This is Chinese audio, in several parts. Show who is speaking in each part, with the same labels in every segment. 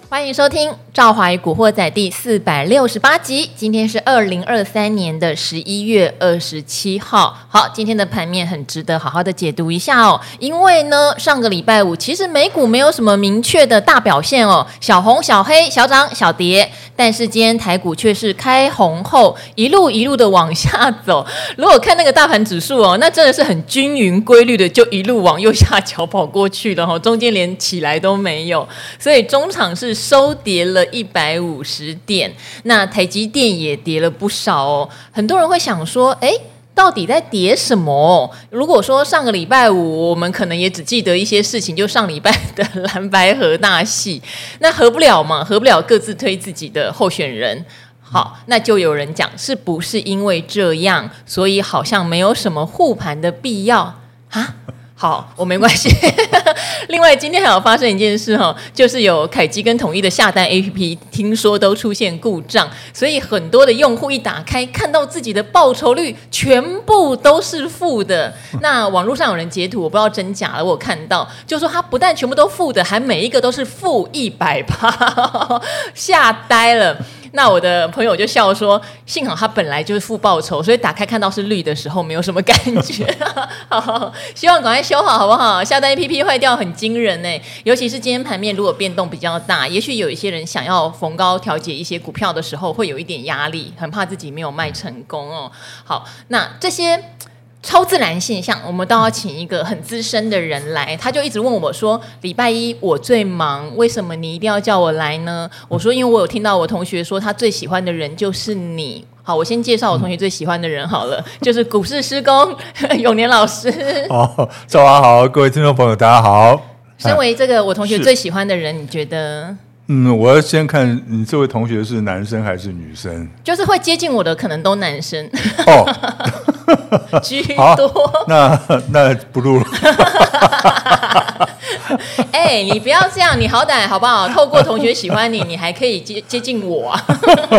Speaker 1: 欢迎收听《赵华与古惑仔》第468集。今天是2023年的11月27号。好，今天的盘面很值得好好的解读一下哦。因为呢，上个礼拜五其实美股没有什么明确的大表现哦，小红、小黑、小涨、小跌。但是今天台股却是开红后一路的往下走。如果看那个大盘指数哦，那真的是很均匀规律的，就一路往右下角跑过去了哦，中间连起来都没有。所以中场是收跌了150点，那台积电也跌了不少哦。很多人会想说，到底在跌什么？如果说上个礼拜五，我们可能也只记得一些事情，就上礼拜的蓝白合大戏，那合不了嘛，合不了各自推自己的候选人。好，那就有人讲，是不是因为这样，所以好像没有什么护盘的必要啊？好，我没关系。另外，今天还有发生一件事哈，就是有凯基跟统一的下单 APP， 听说都出现故障，所以很多的用户一打开，看到自己的报酬率全部都是负的。那网络上有人截图，我不知道真假了，我有看到，就说他不但全部都负的，还每一个都是负100%，吓呆了。那我的朋友就笑说，幸好他本来就是负报酬，所以打开看到是绿的时候没有什么感觉。好，希望赶快修好，好不好？下单 APP 坏掉很惊人耶，尤其是今天盘面如果变动比较大，也许有一些人想要逢高调节一些股票的时候会有一点压力，很怕自己没有卖成功哦。好，那这些超自然现象，我们都要请一个很资深的人来。他就一直问我说，礼拜一我最忙，为什么你一定要叫我来呢？我说因为我有听到我同学说他最喜欢的人就是你。好，我先介绍我同学最喜欢的人好了，就是股市师公永年老师。
Speaker 2: 赵华好，各位听众朋友大家好。
Speaker 1: 身为这个我同学最喜欢的人，你觉得？
Speaker 2: 我要先看你这位同学是男生还是女生？
Speaker 1: 就是会接近我的可能都男生居多。
Speaker 2: 那不录了。
Speaker 1: 你不要这样，你好歹好不好？透过同学喜欢你，你还可以接近我啊。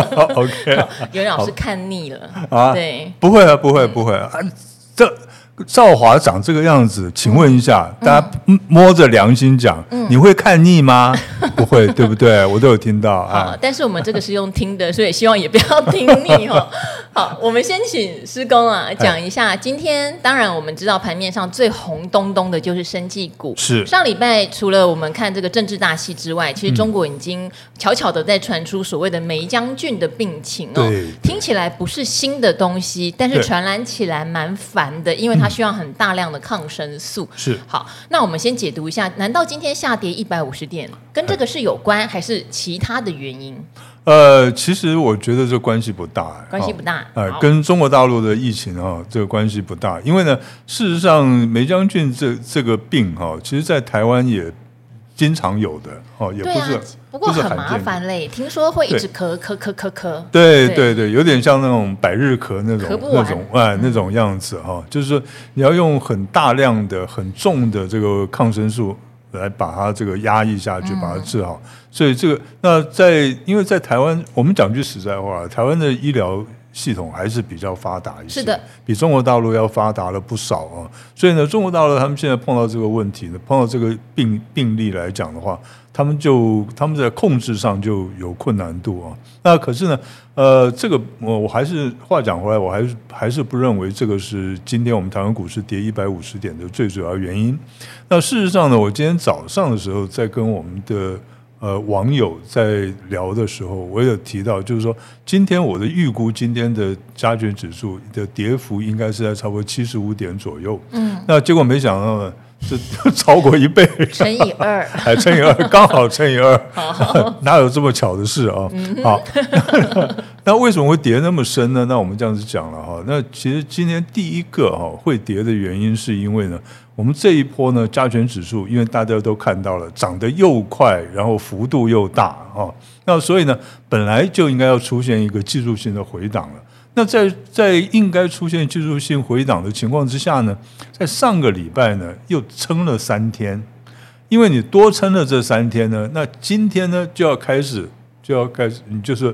Speaker 2: OK，
Speaker 1: 有人老师看腻了啊？对，
Speaker 2: 不会啊，不会啊，这。赵华长这个样子，请问一下，大家摸着良心讲，你会看腻吗？不会，对不对？我都有听到啊。
Speaker 1: 但是我们这个是用听的，所以希望也不要听腻哦。好，我们先请师公啊讲一下，今天当然我们知道盘面上最红咚咚的就是生技股。
Speaker 2: 是
Speaker 1: 上礼拜除了我们看这个政治大戏之外，其实中国已经悄悄的在传出所谓的梅将军的病情哦。
Speaker 2: 对，
Speaker 1: 听起来不是新的东西，但是传染起来蛮烦的，因为它需要很大量的抗生素。
Speaker 2: 是。
Speaker 1: 好，那我们先解读一下，难道今天下跌150点跟这个是有关，还是其他的原因？
Speaker 2: 其实我觉得这关系不大，
Speaker 1: 关系不大。
Speaker 2: 跟中国大陆的疫情这个关系不大，因为呢，事实上梅将军这个病其实在台湾也经常有的也不是。
Speaker 1: 不过很麻烦嘞，听说会一直咳。
Speaker 2: 对，有点像那种百日咳那种样子就是说你要用很大量的、很重的这个抗生素来把它这个压抑下去，把它治好。所以这个因为在台湾，我们讲句实在话，台湾的医疗系统还是比较发达一些，
Speaker 1: 是的，
Speaker 2: 比中国大陆要发达了不少所以呢，中国大陆他们现在碰到这个问题呢，碰到这个病例来讲的话，他们在控制上就有困难度那可是呢，这个我还是话讲回来，我还是不认为这个是今天我们台湾股市跌150点的最主要原因。那事实上呢，我今天早上的时候在跟我们的网友在聊的时候，我有提到，就是说今天我的预估，今天的加权指数的跌幅应该是在差不多75点左右。那结果没想到呢，是超过1倍，
Speaker 1: 乘以2，
Speaker 2: 乘以2，刚好乘以2，哪有这么巧的事啊？好，那为什么会跌那么深呢？那我们这样子讲了那其实今天第一个会跌的原因，是因为呢，我们这一波呢加权指数，因为大家都看到了涨得又快，然后幅度又大那所以呢，本来就应该要出现一个技术性的回档了。那在应该出现技术性回档的情况之下呢，在上个礼拜呢又撑了3天，因为你多撑了这3天呢，那今天呢就要开始，你就是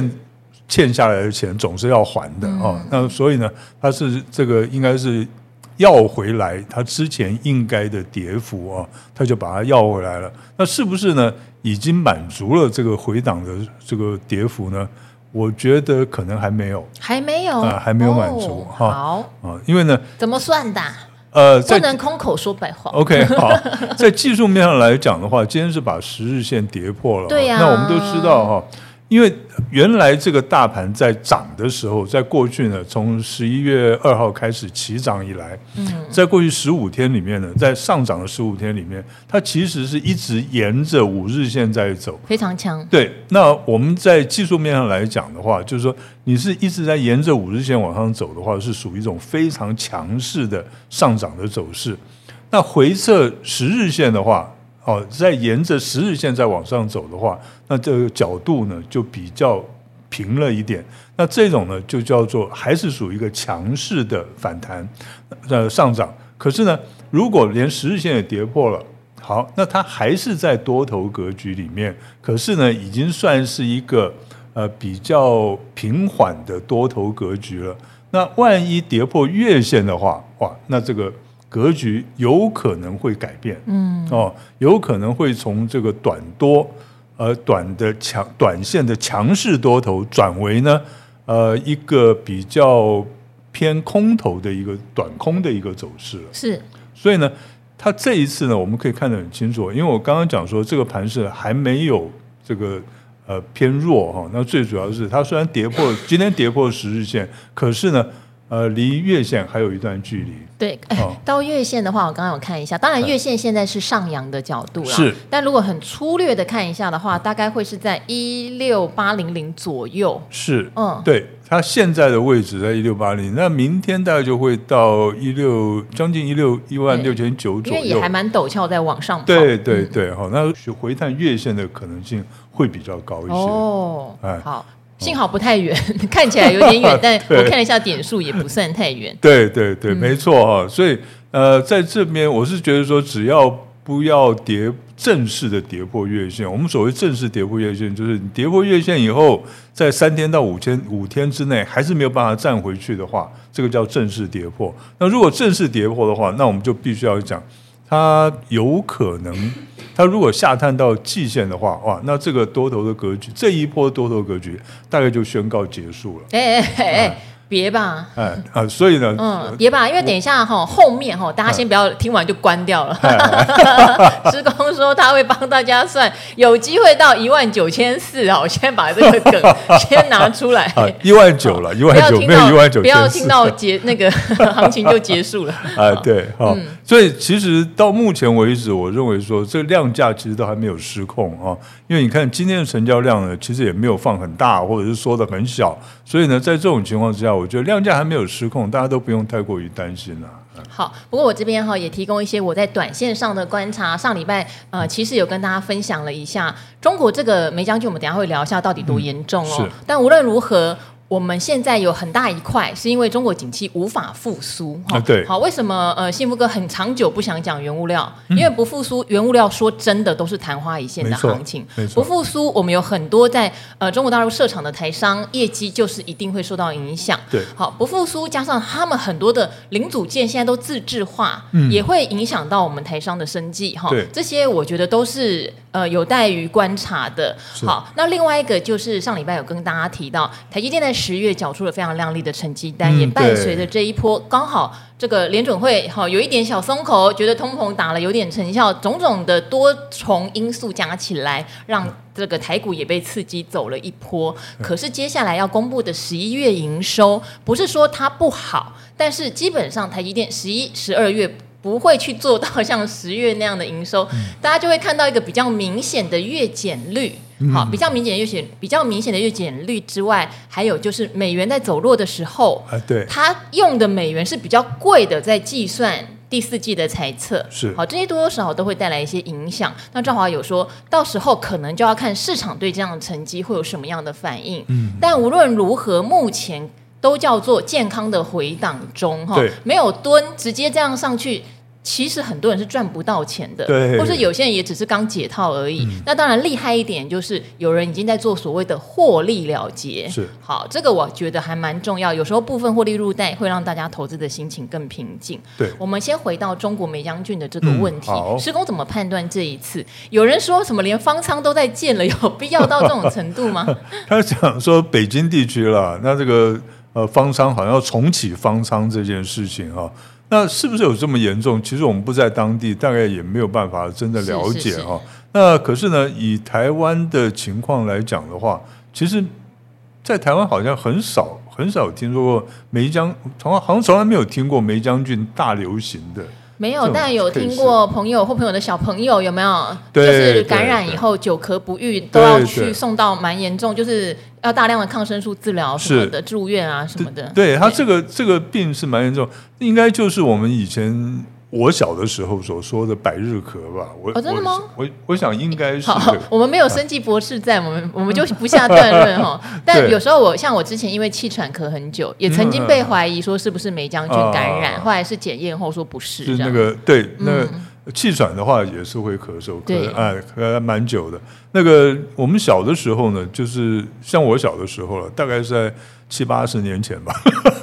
Speaker 2: 欠下来的钱总是要还的那所以呢，它是这个应该是要回来它之前应该的跌幅啊，它就把它要回来了。那是不是呢？已经满足了这个回档的这个跌幅呢？我觉得可能还没有，
Speaker 1: 还没有
Speaker 2: 还没有满足哈。
Speaker 1: 好
Speaker 2: 因为呢，
Speaker 1: 怎么算的？不能空口说白话。
Speaker 2: OK， 好，在技术面上来讲的话，今天是把10日线跌破了。
Speaker 1: 对呀，
Speaker 2: 那我们都知道哈。因为原来这个大盘在涨的时候，在过去呢，从11月2号开始起涨以来，在过去15天里面呢，在上涨的15天里面，它其实是一直沿着5日线在走，
Speaker 1: 非常强。
Speaker 2: 对，那我们在技术面上来讲的话，就是说你是一直在沿着5日线往上走的话，是属于一种非常强势的上涨的走势。那回测10日线的话，在沿着10日线再往上走的话，那这个角度呢就比较平了一点。那这种呢就叫做还是属于一个强势的反弹上涨。可是呢，如果连10日线也跌破了，好，那它还是在多头格局里面，可是呢已经算是一个比较平缓的多头格局了。那万一跌破月线的话，哇，那这个格局有可能会改变，有可能会从这个短多短线的强势多头转为呢一个比较偏空头的一个短空的一个走势了。
Speaker 1: 是，
Speaker 2: 所以呢，它这一次呢，我们可以看得很清楚，因为我刚刚讲说这个盘势还没有这个偏弱哈，那最主要是它虽然今天跌破10日线，可是呢离月线还有一段距离。
Speaker 1: 对，到月线的话，我刚刚有看一下，当然月线现在是上扬的角度啦，
Speaker 2: 是，
Speaker 1: 但如果很粗略的看一下的话，大概会是在16800左右。
Speaker 2: 是，对，它现在的位置在16800，那明天大概就会到将近16900左右，
Speaker 1: 因为也还蛮陡峭在往上跑。
Speaker 2: 对，那回探月线的可能性会比较高一些。
Speaker 1: 好。幸好不太远，看起来有点远，但我看了一下点数也不算太远。
Speaker 2: 对，没错哈。所以在这边我是觉得说，只要不要正式的跌破月线，我们所谓正式跌破月线，就是你跌破月线以后，在3天到5天之内还是没有办法站回去的话，这个叫正式跌破。那如果正式跌破的话，那我们就必须要讲，它有可能。它如果下探到季线的话，哇，那这个多头的格局，这一波多头格局大概就宣告结束了。
Speaker 1: 别吧，
Speaker 2: 所以呢，
Speaker 1: 别吧，因为等一下后面大家先不要听完就关掉了。施工说他会帮大家算，有机会到19400，我先把这个梗先拿出来。
Speaker 2: 19000了，19000没有19400，
Speaker 1: 不要听到那个行情就结束了。
Speaker 2: 对，所以其实到目前为止，我认为说这个量价其实都还没有失控啊，因为你看今天的成交量呢，其实也没有放很大，或者是缩的很小，所以呢，在这种情况之下，我觉得量价还没有失控，大家都不用太过于担心了。
Speaker 1: 好，不过我这边也提供一些我在短线上的观察。上礼拜其实有跟大家分享了一下中国这个梅将军，我们等一下会聊一下到底多严重哦。但无论如何，我们现在有很大一块是因为中国景气无法复苏。
Speaker 2: 对，
Speaker 1: 好，为什么幸福哥很长久不想讲原物料？因为不复苏，原物料说真的都是昙花一现的行情。不复苏，我们有很多在中国大陆设厂的台商业绩就是一定会受到影响。
Speaker 2: 对，
Speaker 1: 好，不复苏加上他们很多的零组件现在都自制化，也会影响到我们台商的生计。这些我觉得都是有待于观察的。好，那另外一个就是上礼拜有跟大家提到，台积电在10月缴出了非常亮丽的成绩单，也伴随着这一波刚好这个联准会有一点小松口，觉得通膨打了有点成效，种种的多重因素加起来，让这个台股也被刺激走了一波。可是接下来要公布的11月营收，不是说它不好，但是基本上台积电11、12月不会去做到像10月那样的营收，大家就会看到一个比较明显的月减率。好，比较明显的月减率之外，还有就是美元在走弱的时候，
Speaker 2: 对，
Speaker 1: 它用的美元是比较贵的，在计算第4季的财测。
Speaker 2: 是，
Speaker 1: 好，这些多多少少都会带来一些影响。那赵华有说到时候可能就要看市场对这样的成绩会有什么样的反应。但无论如何，目前都叫做健康的回档中，没有蹲直接这样上去。 其实很多人是赚不到钱的，
Speaker 2: 对，
Speaker 1: 或是有些人也只是刚解套而已。那当然厉害一点就是有人已经在做所谓的获利了结。
Speaker 2: 是，
Speaker 1: 好，这个我觉得还蛮重要。有时候部分获利入袋会让大家投资的心情更平静。
Speaker 2: 对，
Speaker 1: 我们先回到中国梅将军的这个问题，施工怎么判断这一次？有人说什么连方舱都在建了，有必要到这种程度吗？
Speaker 2: 他讲说北京地区了，那这个方舱好像要重启方舱这件事情哈。那是不是有这么严重？其实我们不在当地，大概也没有办法真的了解哈。那可是呢，以台湾的情况来讲的话，其实，在台湾好像很少听说过好像从来没有听过梅将军大流行的。
Speaker 1: 没有，但有听过朋友或朋友的小朋友有没有？就是感染以后久咳不愈，都要去送到蛮严重，就是要大量的抗生素治疗什么的，住院啊什么的。
Speaker 2: 对，他这个病是蛮严重，应该就是我们以前我小的时候所说的百日咳吧。
Speaker 1: 真的吗？
Speaker 2: 我想应该是。
Speaker 1: 好，我们没有生技博士在，我们就不下断论哈。但有时候像我之前因为气喘咳很久，也曾经被怀疑说是不是梅将军感染，后来是检验后说不是。
Speaker 2: 是那个对那个气喘的话也是会咳嗽，咳蛮久的。那个我们小的时候呢，就是像我小的时候了，大概是在70-80年前吧。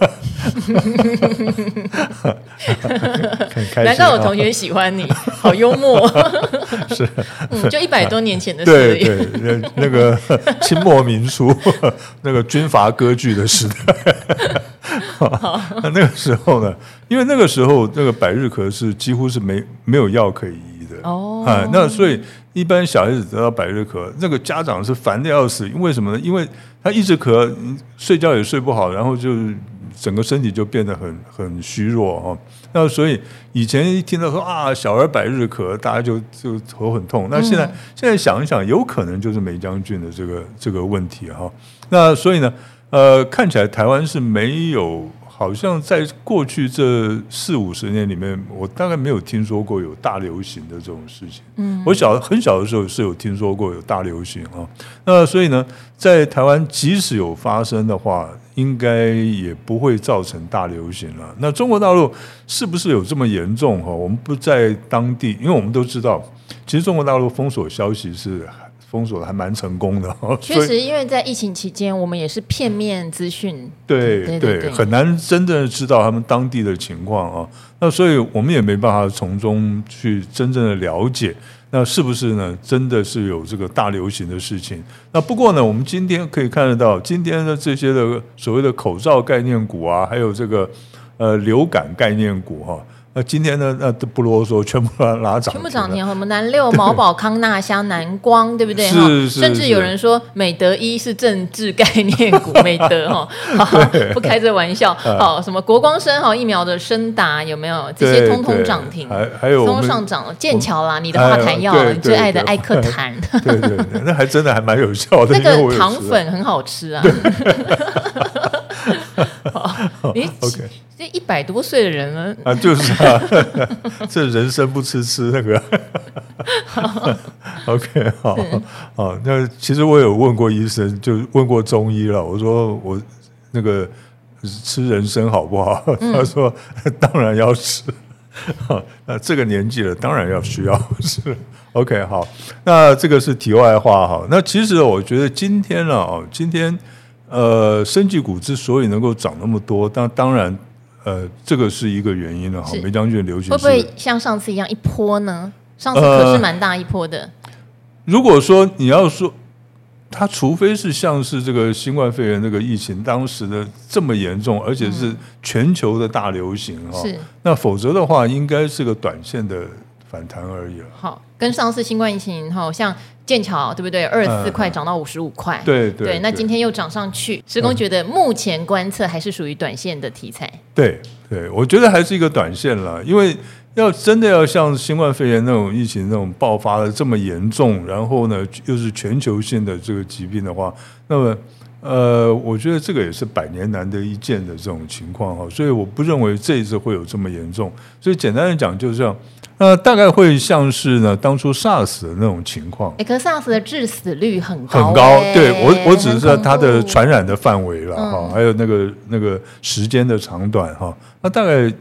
Speaker 1: 难怪我同学喜欢你，好幽默。
Speaker 2: 是，
Speaker 1: 就100多年前的事。
Speaker 2: 对，那个清末民初，那个军阀割据的时代。那个时候呢，因为那个时候那个百日咳是几乎是没有药可以医的那所以一般小孩子得到百日咳，那个家长是烦得要死。因为什么呢？因为他一直咳，睡觉也睡不好，然后就整个身体就变得很虚弱那所以以前一听到说小儿百日咳，大家就头很痛。那现在想一想，有可能就是梅将军的这个问题那所以呢，看起来台湾是没有。好像在过去这40-50年里面，我大概没有听说过有大流行的这种事情。我很小的时候是有听说过有大流行那所以呢，在台湾即使有发生的话，应该也不会造成大流行了。那中国大陆是不是有这么严重我们不在当地，因为我们都知道，其实中国大陆封锁消息是封锁的还蛮成功的
Speaker 1: 确实，因为在疫情期间，我们也是片面资讯，
Speaker 2: 对，很难真正的知道他们当地的情况那所以我们也没办法从中去真正的了解，那是不是呢？真的是有这个大流行的事情？那不过呢，我们今天可以看得到，今天的这些的所谓的口罩概念股还有这个流感概念股那今天呢，那都不啰嗦，全部拉涨，
Speaker 1: 全部涨停。我们南六、毛宝、康纳香、南光，对不对？
Speaker 2: 是，
Speaker 1: 甚至有人说美德一是政治概念股，美德不开这玩笑。好，什么国光生疫苗的生达有没有？这些通通涨停，
Speaker 2: 还有
Speaker 1: 通通上涨了。剑桥啦，你的化痰药，你最爱的艾克痰，
Speaker 2: 对，那还真的还蛮有效的。
Speaker 1: 那个糖粉很好吃啊。这100多岁的人了
Speaker 2: 就是这人生不吃那个。OK， 好，那其实我有问过医生，就问过中医了。我说我那个吃人参好不好？他说当然要吃。那这个年纪了，当然需要是 OK。好，那这个是题外话那其实我觉得今天生技股之所以能够涨那么多，当然这个是一个原因了梅将军流行会
Speaker 1: 不会像上次一样一波呢？上次可是蛮大一波的。
Speaker 2: 如果说你要说它，除非是像是这个新冠肺炎这个疫情当时的这么严重，而且是全球的大流行那否则的话，应该是个短线的反弹而已了。
Speaker 1: 好，跟上次新冠疫情像剑桥对不对？24块涨到55块，
Speaker 2: 对，
Speaker 1: 那今天又涨上去。施工觉得目前观测还是属于短线的题材。
Speaker 2: 对，我觉得还是一个短线了，因为真的要像新冠肺炎那种疫情那种爆发的这么严重，然后呢又是全球性的这个疾病的话，那么我觉得这个也是100年难得一见的这种情况所以我不认为这一次会有这么严重。所以简单的讲就是这样。大概会像是呢当初 SARS 的那种情况。
Speaker 1: 可是 SARS 的致死率很
Speaker 2: 高对，我只是它的传染的范围了还有那个时间的长短那大概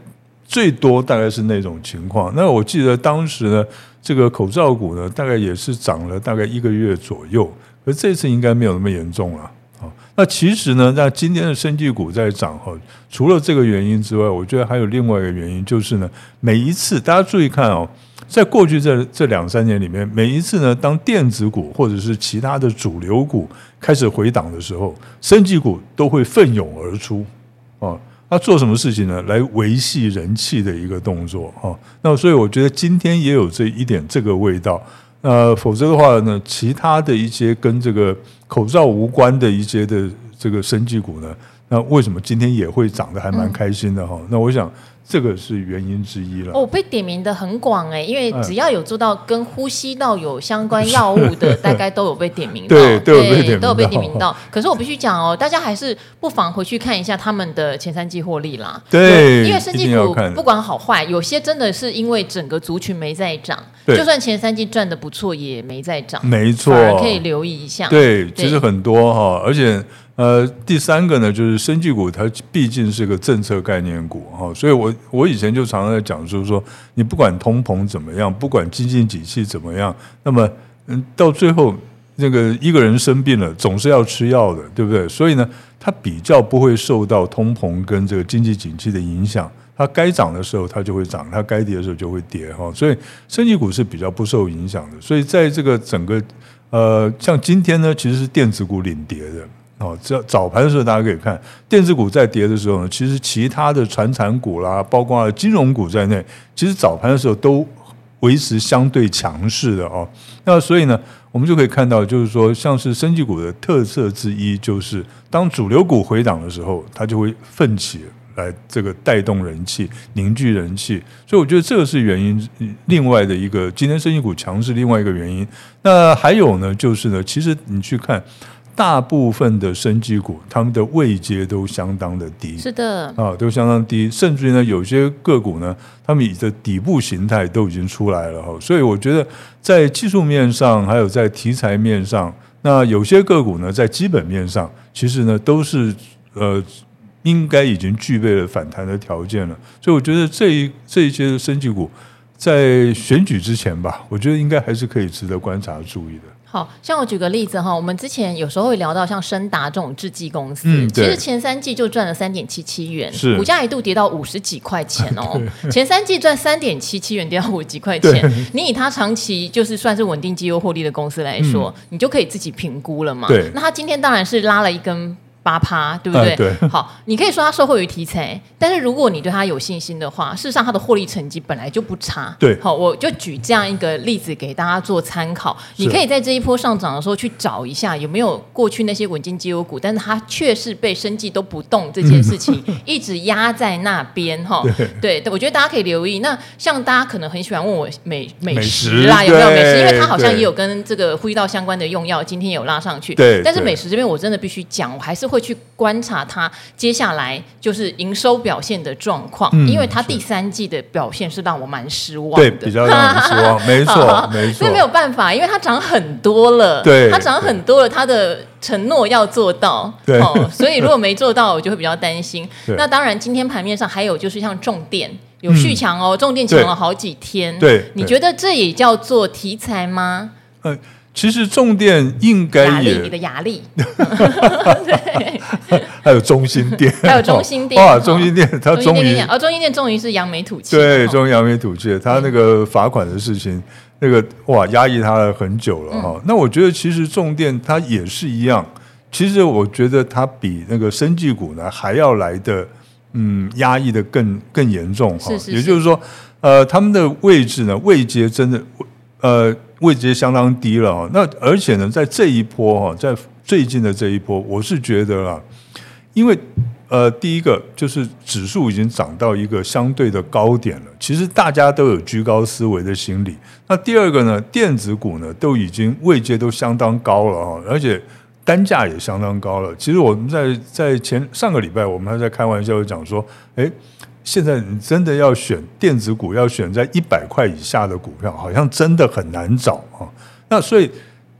Speaker 2: 最多大概是那种情况。那我记得当时呢，这个口罩股呢，大概也是涨了大概1个月左右，可是这次应该没有那么严重了。那其实呢，那今天的生技股在涨除了这个原因之外，我觉得还有另外一个原因，就是呢，每一次大家注意看在过去这2-3年里面，每一次呢，当电子股或者是其他的主流股开始回档的时候，生技股都会奋勇而出他做什么事情呢？来维系人气的一个动作那所以我觉得今天也有这一点这个味道。否则的话呢，其他的一些跟这个口罩无关的一些的这个生技股呢，那为什么今天也会涨得还蛮开心的那我想这个是原因之一了。
Speaker 1: 被点名的很广因为只要有做到跟呼吸道有相关药物的，大概都有被点名到，
Speaker 2: 对，都有被点名
Speaker 1: 到。可是我必须讲大家还是不妨回去看一下他们的前3季获利啦。
Speaker 2: 对，
Speaker 1: 因为生技股不管好坏，有些真的是因为整个族群没在涨，就算前3季赚的不错，也没在涨，
Speaker 2: 没错，
Speaker 1: 反而可以留意一下。
Speaker 2: 对，其实很多而且第3个呢，就是生技股，它毕竟是个政策概念股所以我以前就常常在讲说，你不管通膨怎么样，不管经济景气怎么样，那么到最后那个一个人生病了，总是要吃药的，对不对？所以呢，它比较不会受到通膨跟这个经济景气的影响。它该涨的时候它就会涨，它该跌的时候就会跌所以生技股是比较不受影响的。所以在这个整个像今天呢，其实是电子股领跌的。早盘的时候大家可以看电子股在跌的时候呢，其实其他的传产股啦，包括金融股在内，其实早盘的时候都维持相对强势的那所以呢，我们就可以看到，就是说像是生技股的特色之一，就是当主流股回档的时候，它就会奋起来这个带动人气，凝聚人气。所以我觉得这个是原因，另外的一个今天生技股强势另外一个原因。那还有呢，就是呢，其实你去看大部分的生技股，他们的位阶都相当的低，
Speaker 1: 是的
Speaker 2: 都相当低，甚至于呢，有些个股呢，他们的底部形态都已经出来了所以我觉得在技术面上，还有在题材面上，那有些个股呢，在基本面上，其实呢都是应该已经具备了反弹的条件了。所以我觉得这一些生技股在选举之前吧，我觉得应该还是可以值得观察注意的。
Speaker 1: 好像我举个例子我们之前有时候会聊到像深达这种制剂公司，其实前3季就赚了3.77元，股价一度跌到50几块钱前3季赚3.77元跌到50几块钱，你以它长期就是算是稳定绩优获利的公司来说，你就可以自己评估了嘛。那它今天当然是拉了一根8%，对不对？
Speaker 2: 对。
Speaker 1: 好，你可以说它受惠于题材，但是如果你对它有信心的话，事实上它的获利成绩本来就不差。
Speaker 2: 对。
Speaker 1: 好，我就举这样一个例子给大家做参考。你可以在这一波上涨的时候去找一下有没有过去那些稳健绩优股，但是它确实被生技都不动这件事情一直压在那边对，我觉得大家可以留意。那像大家可能很喜欢问我美食啦，有没有美食？因为它好像也有跟这个呼吸道相关的用药，今天也有拉上去。
Speaker 2: 对。
Speaker 1: 但是美食这边我真的必须讲，我还是会去观察它接下来就是营收表现的状况，因为它第3季的表现是让我蛮失望的，
Speaker 2: 对，比较让人失望，没错，没错。
Speaker 1: 所以没有办法，因为它涨很多了，
Speaker 2: 对，
Speaker 1: 它涨很多了，它的承诺要做到，
Speaker 2: 对
Speaker 1: 所以如果没做到，我就会比较担心。那当然，今天盘面上还有就是像重电有续强重电强了好几天，
Speaker 2: 对，
Speaker 1: 你觉得这也叫做题材吗？
Speaker 2: 其实重电应该也
Speaker 1: 你的压力对，
Speaker 2: 还有中兴电，
Speaker 1: 还有中兴电
Speaker 2: 中兴电它终于
Speaker 1: 中兴电终于是扬眉吐气，
Speaker 2: 对，终于扬眉吐气，它那个罚款的事情，那个压抑它了很久了那我觉得其实重电它也是一样，其实我觉得它比那个生技股呢还要来的压抑的更严重也就是说他们的位置呢位阶真的位阶相当低了那而且呢，在这一波在最近的这一波，我是觉得啦，因为第一个就是指数已经涨到一个相对的高点了，其实大家都有居高思维的心理。那第二个呢，电子股呢都已经位阶都相当高了而且单价也相当高了。其实我们在上个礼拜，我们还在开玩笑讲说，现在你真的要选电子股，要选在100块以下的股票，好像真的很难找那所以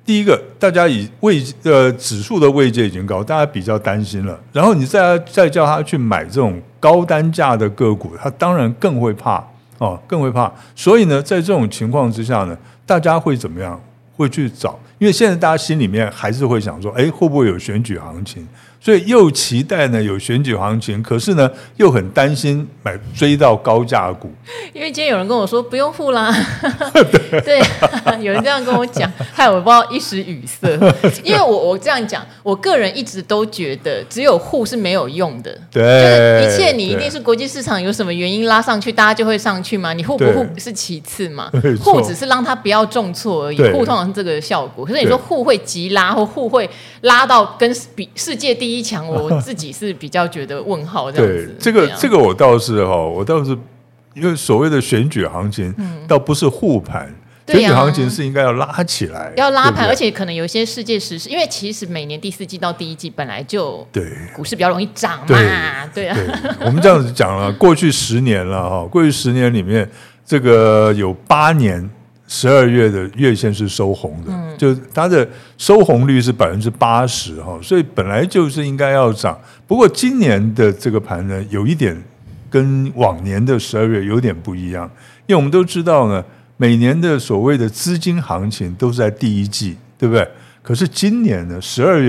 Speaker 2: 第一个，大家以指数的位阶已经高，大家比较担心了。然后你再叫他去买这种高单价的个股，他当然更会怕更会怕。所以呢，在这种情况之下呢，大家会怎么样？会去找，因为现在大家心里面还是会想说，会不会有选举行情？所以又期待呢有选举行情，可是呢又很担心追到高价股。
Speaker 1: 因为今天有人跟我说不用护啦，对，有人这样跟我讲，害我不知道一时语塞。因为我这样讲，我个人一直都觉得只有护是没有用的。
Speaker 2: 对，
Speaker 1: 就是一切你一定是国际市场有什么原因拉上去，大家就会上去嘛。你护不护是其次嘛，护只是让它不要重挫而已。护通常是这个效果。可是你说护会急拉，或护会拉到跟世界第一强，我自己是比较觉得问号这样子。
Speaker 2: 对，这个我倒是因为所谓的选举行情，倒不是护盘。选举行情是应该要拉起来，
Speaker 1: 要拉盘，而且可能有些世界时事，因为其实每年第4季到第1季本来就股市比较容易涨嘛，对啊。
Speaker 2: 我们这样子讲了，过去10年了过去10年里面，这个有8年12月的月线是收红的，就它的收红率是80%所以本来就是应该要涨。不过今年的这个盘呢，有一点跟往年的12月有点不一样，因为我们都知道呢，每年的所谓的资金行情都是在第1季，对不对？可是今年呢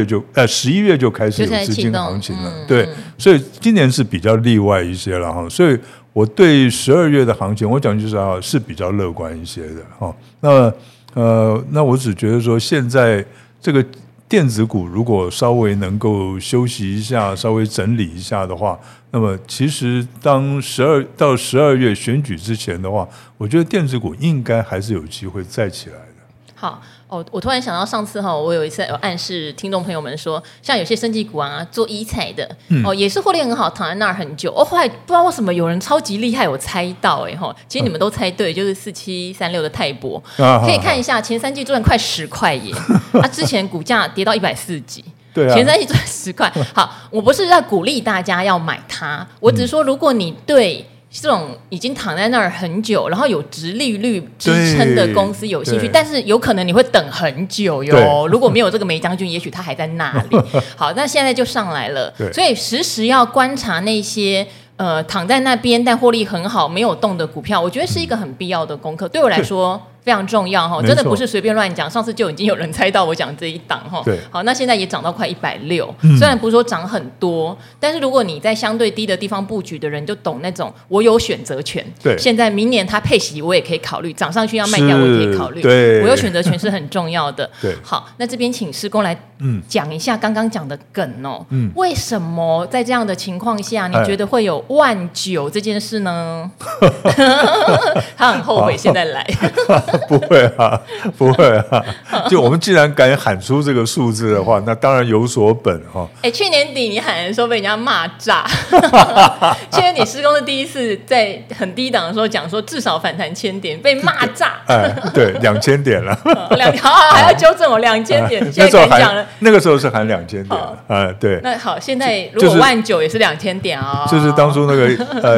Speaker 2: ，11月就开始有资金行情了，对，所以今年是比较例外一些了所以我对12月的行情，我讲就是是比较乐观一些的那我只觉得说，现在这个电子股如果稍微能够休息一下，稍微整理一下的话，那么其实当到12月选举之前的话，我觉得电子股应该还是有机会再起来的。
Speaker 1: 好我突然想到上次我有一次有暗示听众朋友们说，像有些生技股做医材的也是获利很好，躺在那儿很久后来不知道为什么有人超级厉害，我猜到其实你们都猜对，就是4736的泰博可以看一下前3季赚快10块耶之前股价跌到140几，对前3季赚10块。好，我不是要鼓励大家要买它，我只是说如果你对这种已经躺在那儿很久，然后有殖利率支撑的公司有兴趣，但是有可能你会等很久哟。如果没有这个梅将军，也许他还在那里。好，那现在就上来了，所以时时要观察那些躺在那边但获利很好没有动的股票，我觉得是一个很必要的功课。对我来说非常重要真的不是随便乱讲。上次就已经有人猜到我讲这一档好，那现在也涨到快160虽然不是说涨很多，但是如果你在相对低的地方布局的人，就懂那种我有选择权。对，现在明年它配息我也可以考虑，涨上去要卖掉我也可以考虑，我有选择权是很重要的。对，好，那这边请师公来讲一下刚刚讲的梗为什么在这样的情况下你觉得会有19000这件事呢？他很后悔现在来
Speaker 2: 不会不会就我们既然敢喊出这个数字的话，那当然有所本
Speaker 1: 去年底你喊的时候被人家骂炸去年底施工的第一次在很低档的时候讲说至少反弹1000点，被骂炸
Speaker 2: 对，2000点了
Speaker 1: 还要纠正我2000点现在敢讲了，
Speaker 2: 那个时候是喊2000点对。
Speaker 1: 那好，现在如果19000也是2000点
Speaker 2: 就是当初那个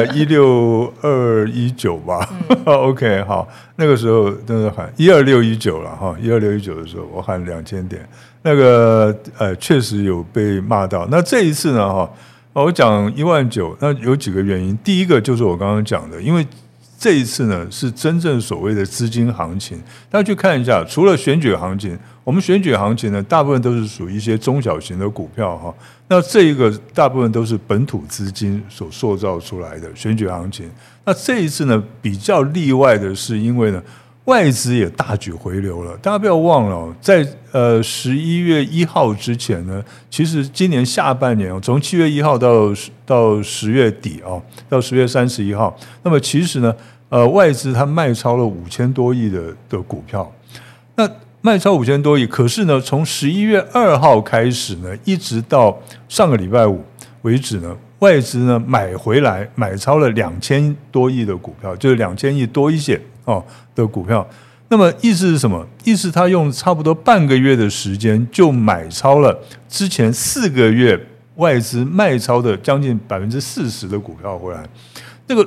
Speaker 2: 16219吧OK 好，那个时候真的喊12619了12619的时候我喊2000点，那个确实有被骂到。那这一次呢我讲19000，那有几个原因。第一个就是我刚刚讲的，因为这一次呢是真正所谓的资金行情，大家去看一下，除了选举行情，我们选举行情呢大部分都是属于一些中小型的股票那这一个大部分都是本土资金所塑造出来的选举行情。那这一次呢比较例外的是，因为呢外资也大举回流了。大家不要忘了在11月1号之前呢，其实今年下半年从7月1号到10月底到10月31号，那么其实呢外资它卖超了5000多亿的股票。那卖超5000多亿，可是呢从11月2号开始呢，一直到上个礼拜五为止呢，外资呢买超了2000多亿的股票，就是2000亿多一些的股票。那么意思是什么？意思他用差不多半个月的时间就买超了之前4个月外资卖超的将近40%的股票回来。那个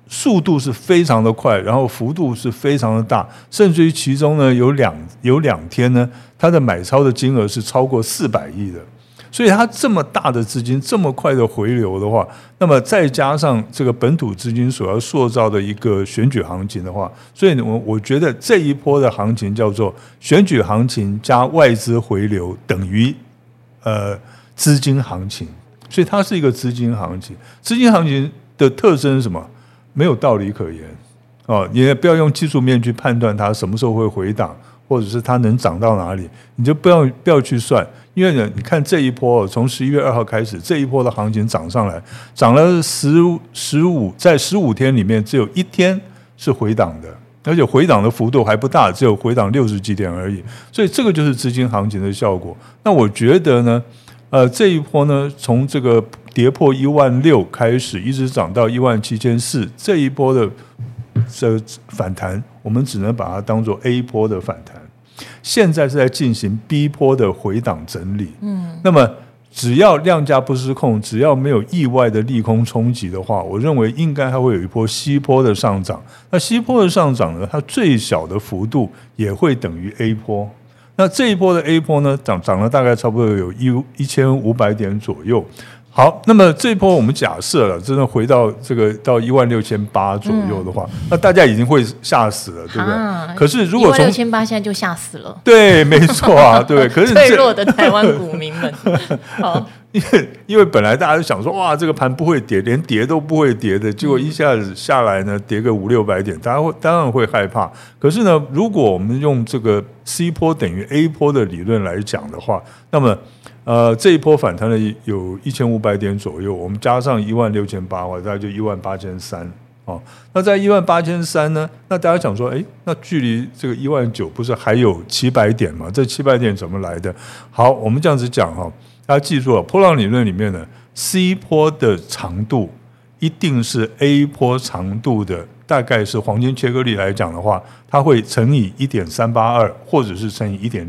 Speaker 2: 速度是非常的快，然后幅度是非常的大，甚至于其中呢有两天呢，它的买超的金额是超过400亿的。所以它这么大的资金这么快的回流的话，那么再加上这个本土资金所要塑造的一个选举行情的话，所以我觉得这一波的行情叫做选举行情加外资回流等于资金行情，所以它是一个资金行情。资金行情的特征是什么？没有道理可言哦，你也不要用技术面去判断它什么时候会回档，或者是它能涨到哪里，你就不要去算。因为呢，你看这一波从11月2号开始，这一波的行情涨上来，涨了在15天里面只有1天是回档的，而且回档的幅度还不大，只有回档60几点而已。所以这个就是资金行情的效果。那我觉得呢，这一波呢，从这个跌破16000开始，一直涨到17400，这一波的反弹，我们只能把它当作 A 波的反弹。现在是在进行 B 波的回档整理，那么只要量价不失控，只要没有意外的利空冲击的话，我认为应该还会有一波西波的上涨。那西波的上涨呢，它最小的幅度也会等于 A 波。那这一波的 A 波呢，涨了大概差不多有1500点左右。好，那么这一波我们假设了，真的回到这个到16800左右的话，那大家已经会吓死了，对不对？可是如果从
Speaker 1: 16800现在就吓死了，
Speaker 2: 对，没错啊，对。可是
Speaker 1: 脆弱的台湾股民们，好，
Speaker 2: 因为本来大家就想说，哇，这个盘不会跌，连跌都不会跌的，结果一下子下来呢，跌个500-600点，大家当然会害怕。可是呢，如果我们用这个 C 波等于 A 波的理论来讲的话，那么这一波反弹了有1500点左右，我们加上16800，大概就18300哦。那在18300呢，那大家想说，那距离这个19000不是还有700点吗？这700点怎么来的？好，我们这样子讲哈，大家记住了，波浪理论里面呢 ，C 波的长度一定是 A 波长度的，大概是黄金切割率来讲的话，它会乘以1.382，或者是乘以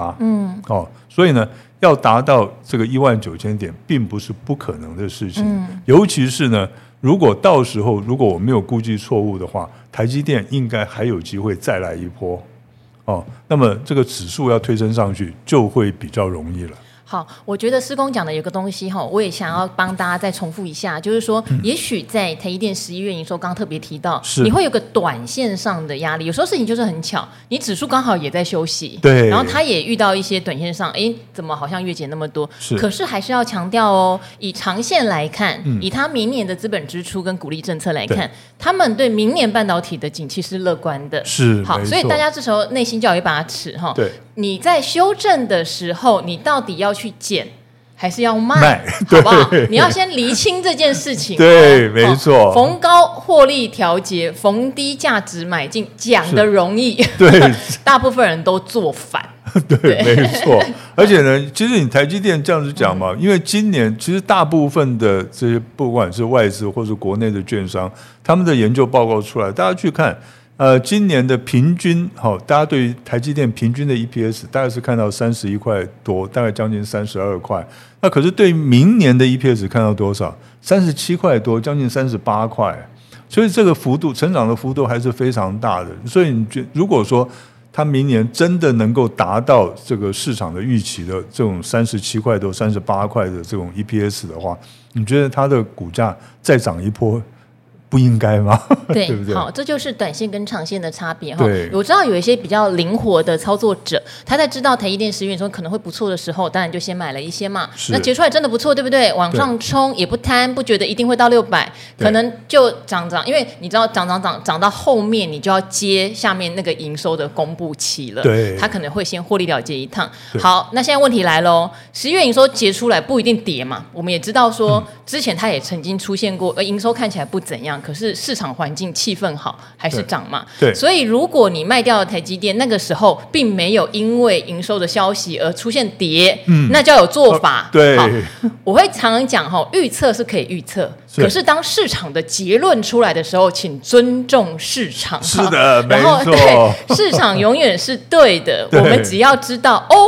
Speaker 2: 1.618。所以呢，要达到这个19000点，并不是不可能的事情。尤其是呢，如果到时候如果我没有估计错误的话，台积电应该还有机会再来一波。那么这个指数要推升上去，就会比较容易了。
Speaker 1: 好，我觉得施工讲的有个东西我也想要帮大家再重复一下，就是说，也许在台积电11月营收，刚刚特别提到，你会有个短线上的压力，有时候事情就是很巧，你指数刚好也在休息，
Speaker 2: 对，
Speaker 1: 然后它也遇到一些短线上，怎么好像月减那么多？可是还是要强调哦，以长线来看，以它明年的资本支出跟鼓励政策来看，他们对明年半导体的景气是乐观的，
Speaker 2: 是
Speaker 1: 好，所以大家这时候内心就有一把尺
Speaker 2: 对。
Speaker 1: 你在修正的时候，你到底要去减还是要卖，好不好？你要先厘清这件事情。
Speaker 2: 对，没错。
Speaker 1: 逢高获利调节，逢低价值买进，讲的容易，
Speaker 2: 对，
Speaker 1: 大部分人都做反。
Speaker 2: 对，没错。而且呢，其实你台积电这样子讲嘛，因为今年其实大部分的这些不管是外资或是国内的券商，他们的研究报告出来，大家去看。今年的平均大家对于台积电平均的 EPS 大概是看到31块多，大概将近32块。那可是对于明年的 EPS 看到多少？37块多，将近38块。所以这个幅度成长的幅度还是非常大的。所以你如果说它明年真的能够达到这个市场的预期的这种37块多、38块的这种 EPS 的话，你觉得它的股价再涨一波？不应该吗？
Speaker 1: 对，
Speaker 2: 对不对？
Speaker 1: 好，这就是短线跟长线的差别
Speaker 2: 哈。
Speaker 1: 我知道有一些比较灵活的操作者，他在知道台积电11月说可能会不错的时候，当然就先买了一些嘛。那结出来真的不错，对不对？往上冲也不贪，不觉得一定会到600，可能就涨，因为你知道涨到后面，你就要接下面那个营收的公布期了。
Speaker 2: 对，
Speaker 1: 他可能会先获利了结一趟。好，那现在问题来喽，11月营收结出来不一定跌嘛。我们也知道说，之前它也曾经出现过，营收看起来不怎样。可是市场环境气氛好，还是涨嘛？
Speaker 2: 对，
Speaker 1: 所以如果你卖掉了台积电，那个时候并没有因为营收的消息而出现跌，那就要有做法。
Speaker 2: 对，
Speaker 1: 我会常常讲预测是可以预测，可是当市场的结论出来的时候，请尊重市场。
Speaker 2: 是的，
Speaker 1: 然后对市场永远是对的，我们只要知道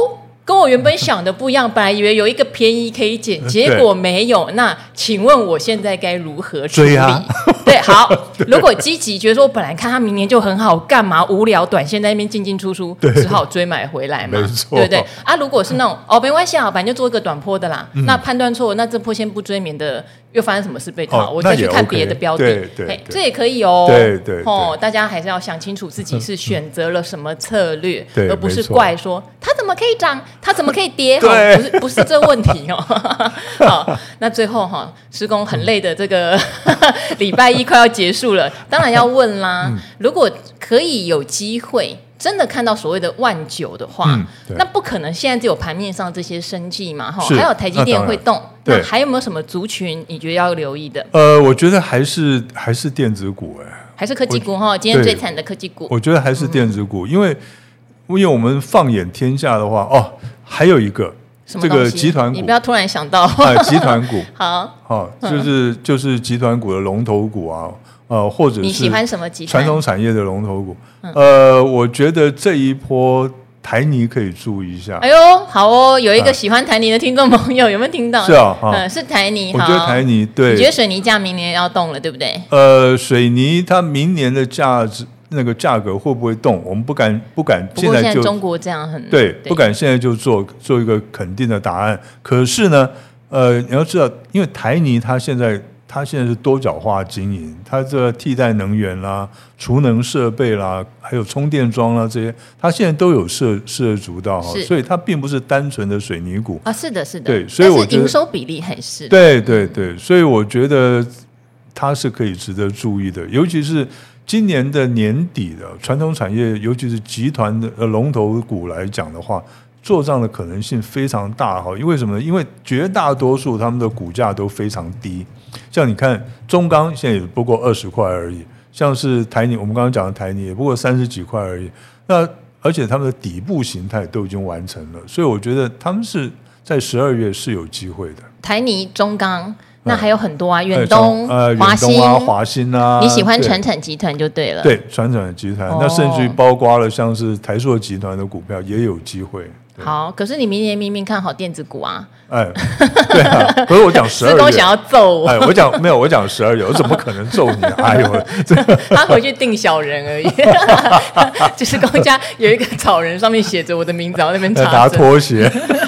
Speaker 1: 跟我原本想的不一样，本来以为有一个便宜可以捡，结果没有。那请问我现在该如何处理？
Speaker 2: 追啊
Speaker 1: 对，好。如果积极觉得说，本来看他明年就很好，干嘛无聊短线在那边进进出出，只好追买回来嘛，
Speaker 2: 没错，
Speaker 1: 对不对？啊，如果是那种没关系啊，反正就做一个短波的啦。那判断错，那这波先不追，免得又发生什么事被套，我再去看别的标的，
Speaker 2: 对，
Speaker 1: 这也可以哦。
Speaker 2: 对，
Speaker 1: 大家还是要想清楚自己是选择了什么策略，而不是
Speaker 2: 没错
Speaker 1: 怪说它怎么可以涨，它怎么可以跌，不是这问题哦。好，那最后施工很累的这个礼拜一快要结束了，当然要问啦，如果可以有机会真的看到所谓的1.9的话，那不可能现在只有盘面上这些生技嘛，还有台积电会动，那还有没有什么族群你觉得要留意的？
Speaker 2: 我觉得还是电子股
Speaker 1: 还是科技股今天最惨的科技股，
Speaker 2: 我觉得还是电子股，因为我们放眼天下的话，还有一个这个集团股，
Speaker 1: 你不要突然想到
Speaker 2: 集团股，
Speaker 1: 好，
Speaker 2: 就是集团股的龙头股啊。或者是
Speaker 1: 你喜欢什么集团？
Speaker 2: 传统产业的龙头股。我觉得这一波台泥可以注意一下。
Speaker 1: 哎呦，好哦，有一个喜欢台泥的听众朋友，有没有听到？
Speaker 2: 是啊，
Speaker 1: 是台泥。
Speaker 2: 我觉得台泥对。
Speaker 1: 你觉得水泥价明年要动了，对不对？
Speaker 2: 水泥它明年的价格会不会动？我们不敢
Speaker 1: 现在中国这样很
Speaker 2: 对，不敢现在就做一个肯定的答案。可是呢，你要知道，因为台泥它现在是多角化经营，它这替代能源啦、储能设备啦，还有充电桩啦这些，它现在都有涉足到，所以它并不是单纯的水泥股
Speaker 1: 啊。是的，
Speaker 2: 对，所以我觉得
Speaker 1: 营收比例还是
Speaker 2: 对，所以我觉得它是可以值得注意的，尤其是今年的年底的传统产业，尤其是集团的龙头股来讲的话。做账的可能性非常大哈，因为什么呢？因为绝大多数他们的股价都非常低，像你看中钢现在也不过20块而已，像是台泥，我们刚刚讲的台泥也不过30几块而已。那而且他们的底部形态都已经完成了，所以我觉得他们是在12月是有机会的。
Speaker 1: 台泥、中钢。那还有很多啊，远东、
Speaker 2: 华新啊，
Speaker 1: 你喜欢传产集团就对了。
Speaker 2: 对，传产集团，那甚至于包括了像是台塑集团的股票也有机会。
Speaker 1: 好，可是你明年明明看好电子股啊。
Speaker 2: 对啊，可是我讲12月，
Speaker 1: 施工想要揍我。
Speaker 2: 我讲12月，我怎么可能揍你？哎呦，
Speaker 1: 他回去定小人而已。就是公家有一个草人，上面写着我的名字，然后那边
Speaker 2: 拿拖鞋。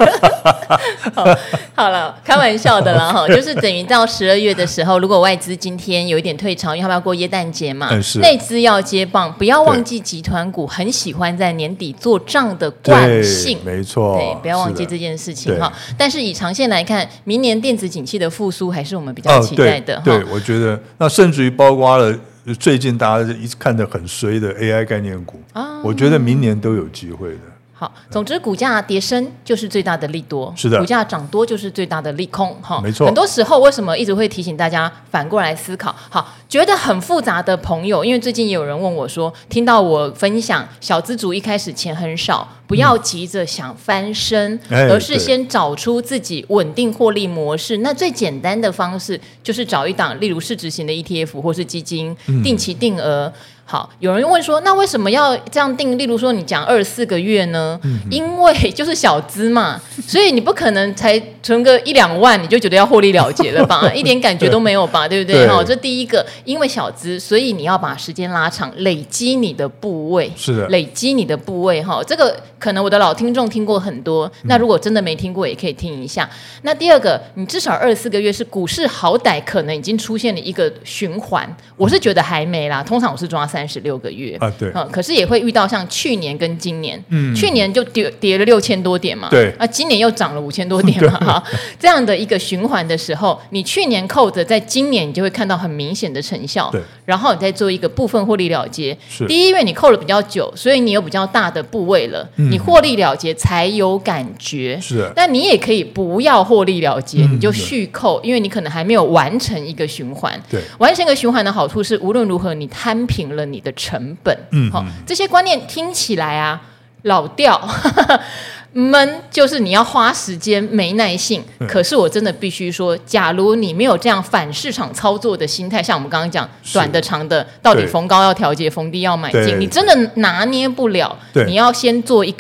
Speaker 1: 好了，开玩笑的啦哈，就是等于到12月的时候，如果外资今天有一点退潮，因为他们要过耶诞节嘛，内资要接棒，不要忘记集团股很喜欢在年底做账的惯性，
Speaker 2: 没错，
Speaker 1: 对，不要忘记这件事情哈。但是以长线来看，明年电子景气的复苏还是我们比较期待的。
Speaker 2: 对，我觉得那甚至于包括了最近大家一直看得很衰的 AI 概念股，我觉得明年都有机会的。
Speaker 1: 好，总之股价跌升就是最大的利多，
Speaker 2: 是的，
Speaker 1: 股价涨多就是最大的利空，
Speaker 2: 没错。
Speaker 1: 很多时候为什么一直会提醒大家反过来思考？好，觉得很复杂的朋友，因为最近也有人问我说，听到我分享小资族一开始钱很少，不要急着想翻身，而是先找出自己稳定获利模式。那最简单的方式就是找一档，例如市值型的 ETF 或是基金，定期定额。好，有人问说，那为什么要这样定？例如说，你讲24个月呢？因为就是小资嘛，所以你不可能才存个1-2万，你就觉得要获利了结了吧？一点感觉都没有吧？对不对？这第一个，因为小资，所以你要把时间拉长，累积你的部位，
Speaker 2: 是的，
Speaker 1: 累积你的部位哈。这个可能我的老听众听过很多，那如果真的没听过，也可以听一下。那第二个，你至少24个月是股市，好歹可能已经出现了一个循环。我是觉得还没啦，通常我是抓36个月
Speaker 2: 啊，对，
Speaker 1: 可是也会遇到像去年跟今年，去年就跌了6000多点嘛，
Speaker 2: 对，
Speaker 1: 今年又涨了5000多点嘛，这样的一个循环的时候，你去年扣着，在今年你就会看到很明显的成效，
Speaker 2: 对，
Speaker 1: 然后你再做一个部分获利了结。第一，因为你扣了比较久，所以你有比较大的部位了，你获利了结才有感觉，
Speaker 2: 是。
Speaker 1: 但你也可以不要获利了结，你就续扣，因为你可能还没有完成一个循环，
Speaker 2: 对，
Speaker 1: 完成一个循环的好处是，无论如何你摊平了你的成本，这些观念听起来啊老调闷，就是你要花时间没耐性，可是我真的必须说，假如你没有这样反市场操作的心态，像我们刚刚讲短的长的，到底逢高要调节，逢低要买进，你真的拿捏不了，你要先做一个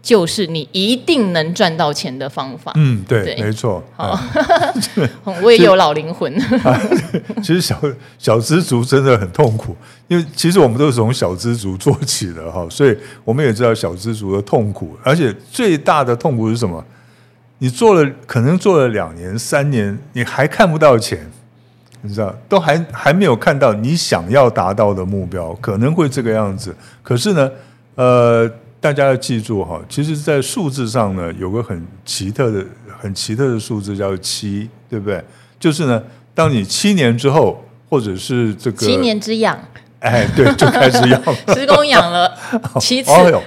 Speaker 1: 就是你一定能赚到钱的方法。
Speaker 2: 对，没错。
Speaker 1: 好，我也有老灵魂。
Speaker 2: 其实小资族真的很痛苦，因为其实我们都是从小资族做起的哈，所以我们也知道小资族的痛苦，而且最大的痛苦是什么？你可能做了2年3年，你还看不到钱，你知道，都还没有看到你想要达到的目标，可能会这个样子。可是呢，大家要记住哈，其实，在数字上呢，有个很奇特的数字叫7，对不对？就是呢，当你7年之后，或者是这个
Speaker 1: 7年之痒，
Speaker 2: 对，就开始养了。
Speaker 1: 施工养了7次。
Speaker 2: 哦哟，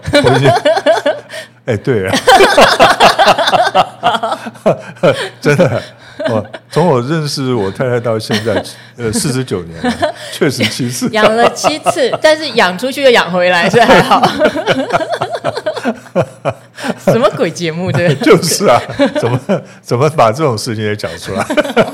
Speaker 2: 对啊，真的。从我认识我太太到现在，49年了，确实7次，
Speaker 1: 养了7次，但是养出去又养回来，所以还好。什么鬼节目？这
Speaker 2: 就是啊，怎么把这种事情也讲出来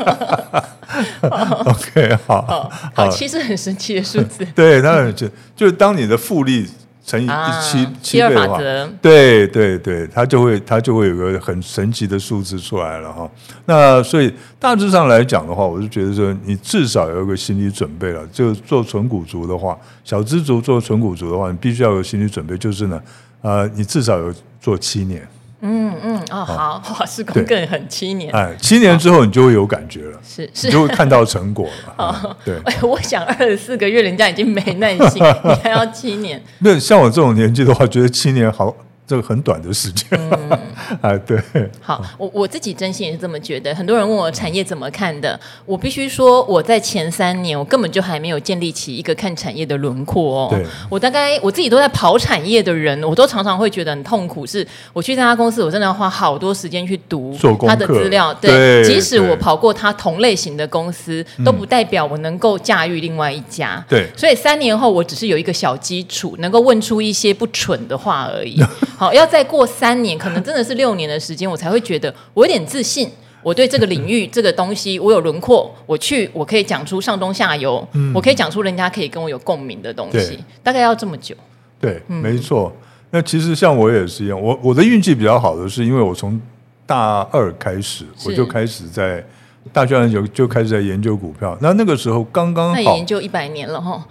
Speaker 2: ？OK， 好
Speaker 1: ，7是很神奇的数字。
Speaker 2: 对，当然就是当你的复利乘以7倍的话，对，它就会有个很神奇的数字出来了哈。那所以大致上来讲的话，我是觉得说，你至少有一个心理准备了。就做纯股族的话，小资族做纯股族的话，你必须要有心理准备，就是呢，你至少有做7年。
Speaker 1: 好，施工更狠7年。
Speaker 2: 7年之后你就会有感觉了，
Speaker 1: 是，
Speaker 2: 你就会看到成果了。对，
Speaker 1: 我想24个月人家已经没耐心，你还要7年？
Speaker 2: 那像我这种年纪的话，觉得7年好。这个很短的时间，对。
Speaker 1: 好，我自己真心也是这么觉得。很多人问我产业怎么看的，我必须说，我在前3年，我根本就还没有建立起一个看产业的轮廓哦。
Speaker 2: 对，
Speaker 1: 我自己都在跑产业的人，我都常常会觉得很痛苦。是我去这家公司，我真的要花好多时间去读他的资料。对，即使我跑过他同类型的公司，都不代表我能够驾驭另外一家。
Speaker 2: 对，
Speaker 1: 所以3年后，我只是有一个小基础，能够问出一些不蠢的话而已。好，要再过3年，可能真的是6年的时间，我才会觉得我有点自信，我对这个领域这个东西我有轮廓，我可以讲出上中下游，我可以讲出人家可以跟我有共鸣的东西，大概要这么久。
Speaker 2: 对，没错。那其实像我也是一样，我的运气比较好的是，因为我从大2开始，我就开始在大学就开始在研究股票。那个时候刚刚好，
Speaker 1: 那也研究100年了哈。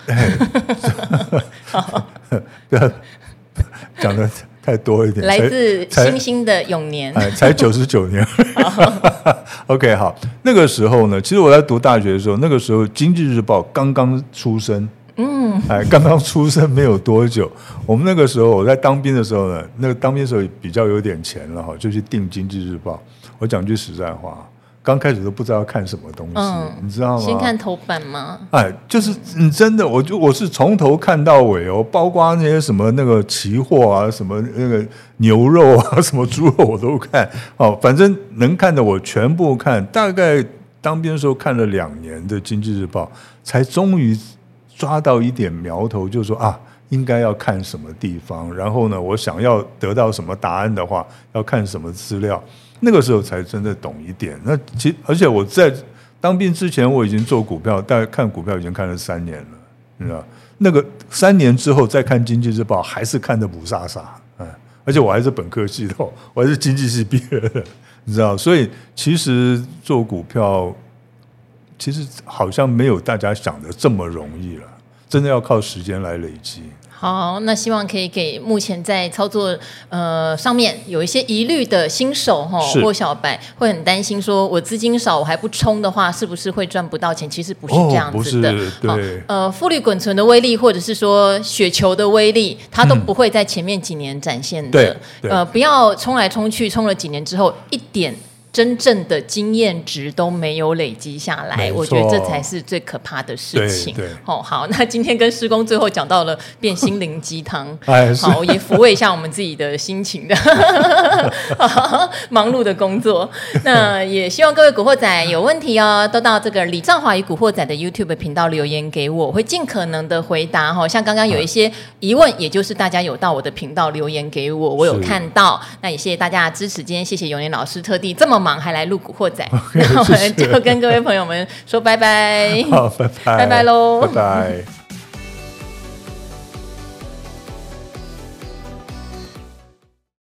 Speaker 2: 讲的太多一点，
Speaker 1: 来自星星的永年，
Speaker 2: 才99年。OK， 好，那个时候呢，其实我在读大学的时候，那个时候《经济日报》刚刚出生，刚刚出生没有多久。我们那个时候我在当兵的时候呢，那个当兵的时候比较有点钱了哈，就去订《经济日报》。我讲句实在话，刚开始都不知道要看什么东西，你知道吗？
Speaker 1: 先看头版吗？
Speaker 2: 就是你真的，我是从头看到尾哦，包括那些什么那个期货啊，什么那个牛肉啊，什么猪肉我都看。反正能看的我全部看。大概当兵的时候看了2年的《经济日报》，才终于抓到一点苗头，就是说应该要看什么地方，然后呢，我想要得到什么答案的话，要看什么资料。那个时候才真的懂一点。而且我在当兵之前，我已经做股票，大概看股票已经看了3年了，你知道？那个3年之后再看《经济日报》，还是看得不飒飒。而且我还是本科系的，我还是经济系毕业的，你知道？所以其实做股票，其实好像没有大家想的这么容易了，真的要靠时间来累积。
Speaker 1: 好，那希望可以给目前在操作上面有一些疑虑的新手或小白，会很担心说，我资金少，我还不冲的话，是不是会赚不到钱？其实不是这样子的。对，复利滚存的威力，或者是说雪球的威力，它都不会在前面几年展现的。不要冲来冲去，冲了几年之后，一点真正的经验值都没有累积下来，我觉得这才是最可怕的事情。好，那今天跟施工最后讲到了变心灵鸡汤，好，也抚慰一下我们自己的心情的忙碌的工作。那也希望各位古惑仔有问题都到这个李兆华与古惑仔的 YouTube 频道留言给我，会尽可能的回答。像刚刚有一些疑问，也就是大家有到我的频道留言给我，我有看到。那也谢谢大家的支持，今天谢谢永年老师特地这么忙还来录古惑仔，那我们就跟各位朋友们说拜拜。
Speaker 2: 好，拜拜，
Speaker 1: 拜拜喽，
Speaker 2: 拜拜。